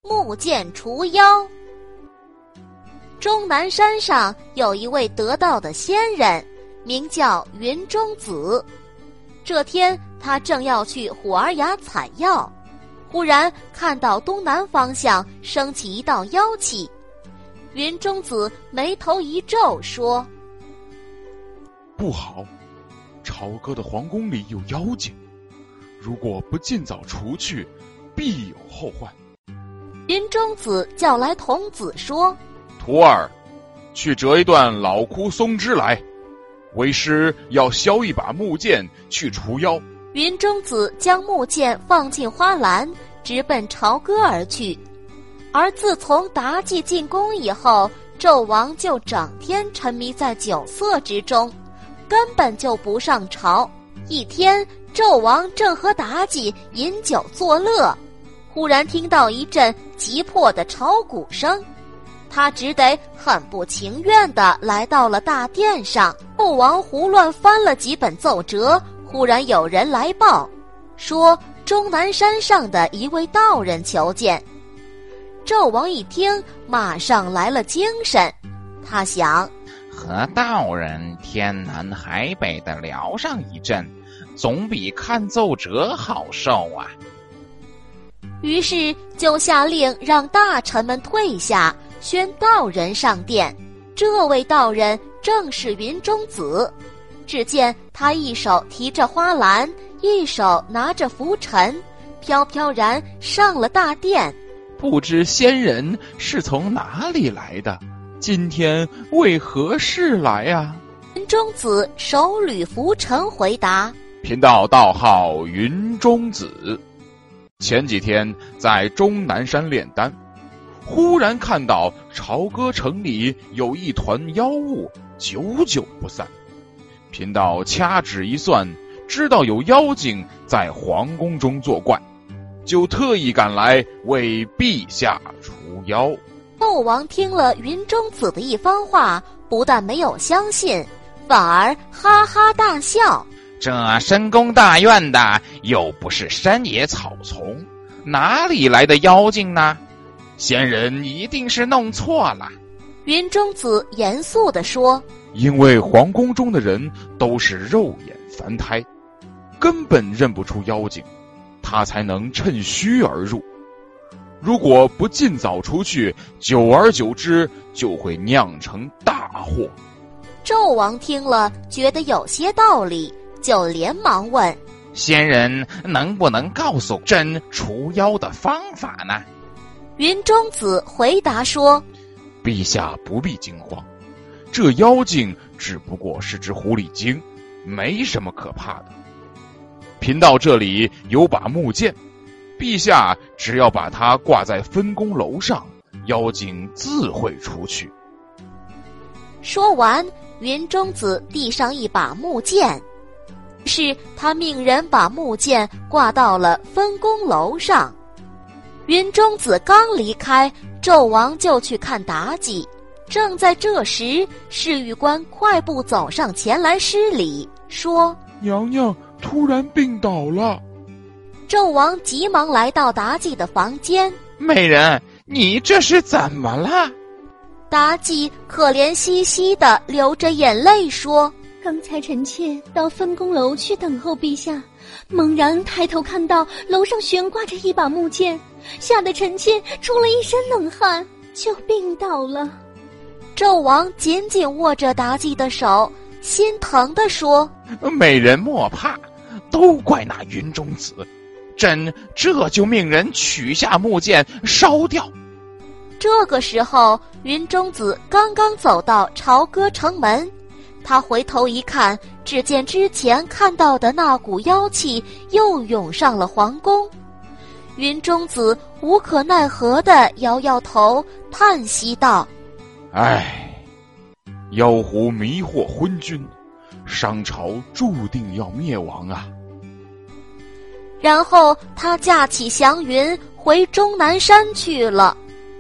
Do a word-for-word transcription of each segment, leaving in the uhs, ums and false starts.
木剑除妖。终南山上有一位得道的仙人，名叫云中子。这天他正要去虎儿崖采药，忽然看到东南方向升起一道妖气。云中子眉头一皱，说： 不好，朝歌的皇宫里有妖精，如果不尽早除去，必有后患。 云中子叫来童子说： 徒儿，去折一段老枯松枝来，为师要削一把木剑去除妖。 云中子将木剑放进花篮，直奔朝歌而去。而自从妲己进宫以后，纣王就整天沉迷在酒色之中，根本就不上朝。一天，纣王正和妲己饮酒作乐，忽然听到一阵急迫的朝鼓声，他只得很不情愿地来到了大殿上。纣王胡乱翻了几本奏折，忽然有人来报，说终南山上的一位道人求见。纣王一听，马上来了精神，他想， 和道人天南海北的聊上一阵，总比看奏折好受啊。 于是就下令让大臣们退下，宣道人上殿。这位道人正是云中子。只见他一手提着花篮，一手拿着拂尘，飘飘然上了大殿。 不知仙人是从哪里来的？今天为何事来啊？ 云中子手捋拂尘回答： 贫道道号云中子，前几天在终南山炼丹，忽然看到朝歌城里有一团妖雾，久久不散。贫道掐指一算，知道有妖精在皇宫中作怪，就特意赶来为陛下除妖。 纣王听了云中子的一番话，不但没有相信，反而哈哈大笑。 这深宫大院的又不是山野草丛，哪里来的妖精呢？仙人一定是弄错了。 云中子严肃地说： 因为皇宫中的人都是肉眼凡胎，根本认不出妖精，他才能趁虚而入。如果不尽早除去，久而久之就会酿成大祸。 纣王听了觉得有些道理，就连忙问： 仙人能不能告诉朕除妖的方法呢？ 云中子回答说： 陛下不必惊慌，这妖精只不过是只狐狸精，没什么可怕的。贫道这里有把木剑，陛下只要把它挂在分宫楼上，妖精自会出去。 说完，云中子递上一把木剑，是他命人把木剑挂到了分宫楼上。云中子刚离开，纣王就去看妲己。正在这时，侍御官快步走上前来施礼，说： 娘娘突然病倒了。 纣王急忙来到妲己的房间。 美人，你这是怎么了？ 妲己可怜兮兮地流着眼泪说： 刚才臣妾到分宫楼去等候陛下，猛然抬头看到楼上悬挂着一把木剑，吓得臣妾出了一身冷汗，就病倒了。 纣王紧紧握着妲己的手，心疼地说： 美人莫怕，都怪那云中子，朕这就命人取下木剑烧掉。 这个时候，云中子刚刚走到朝歌城门，他回头一看，只见之前看到的那股妖气又涌上了皇宫。云中子无可奈何地摇摇头，叹息道： 唉，妖狐迷惑昏君，商朝注定要灭亡啊。 然后他驾起祥云回终南山去了。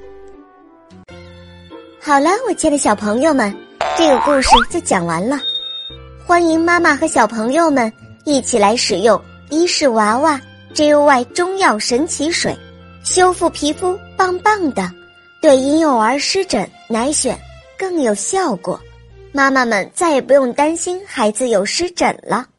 好了，我亲爱的小朋友们，这个故事就讲完了。欢迎妈妈和小朋友们一起来使用伊氏娃娃 J O Y 中药神奇水， 修复皮肤棒棒的，对婴幼儿湿疹、奶癣更有效果。妈妈们再也不用担心孩子有湿疹了。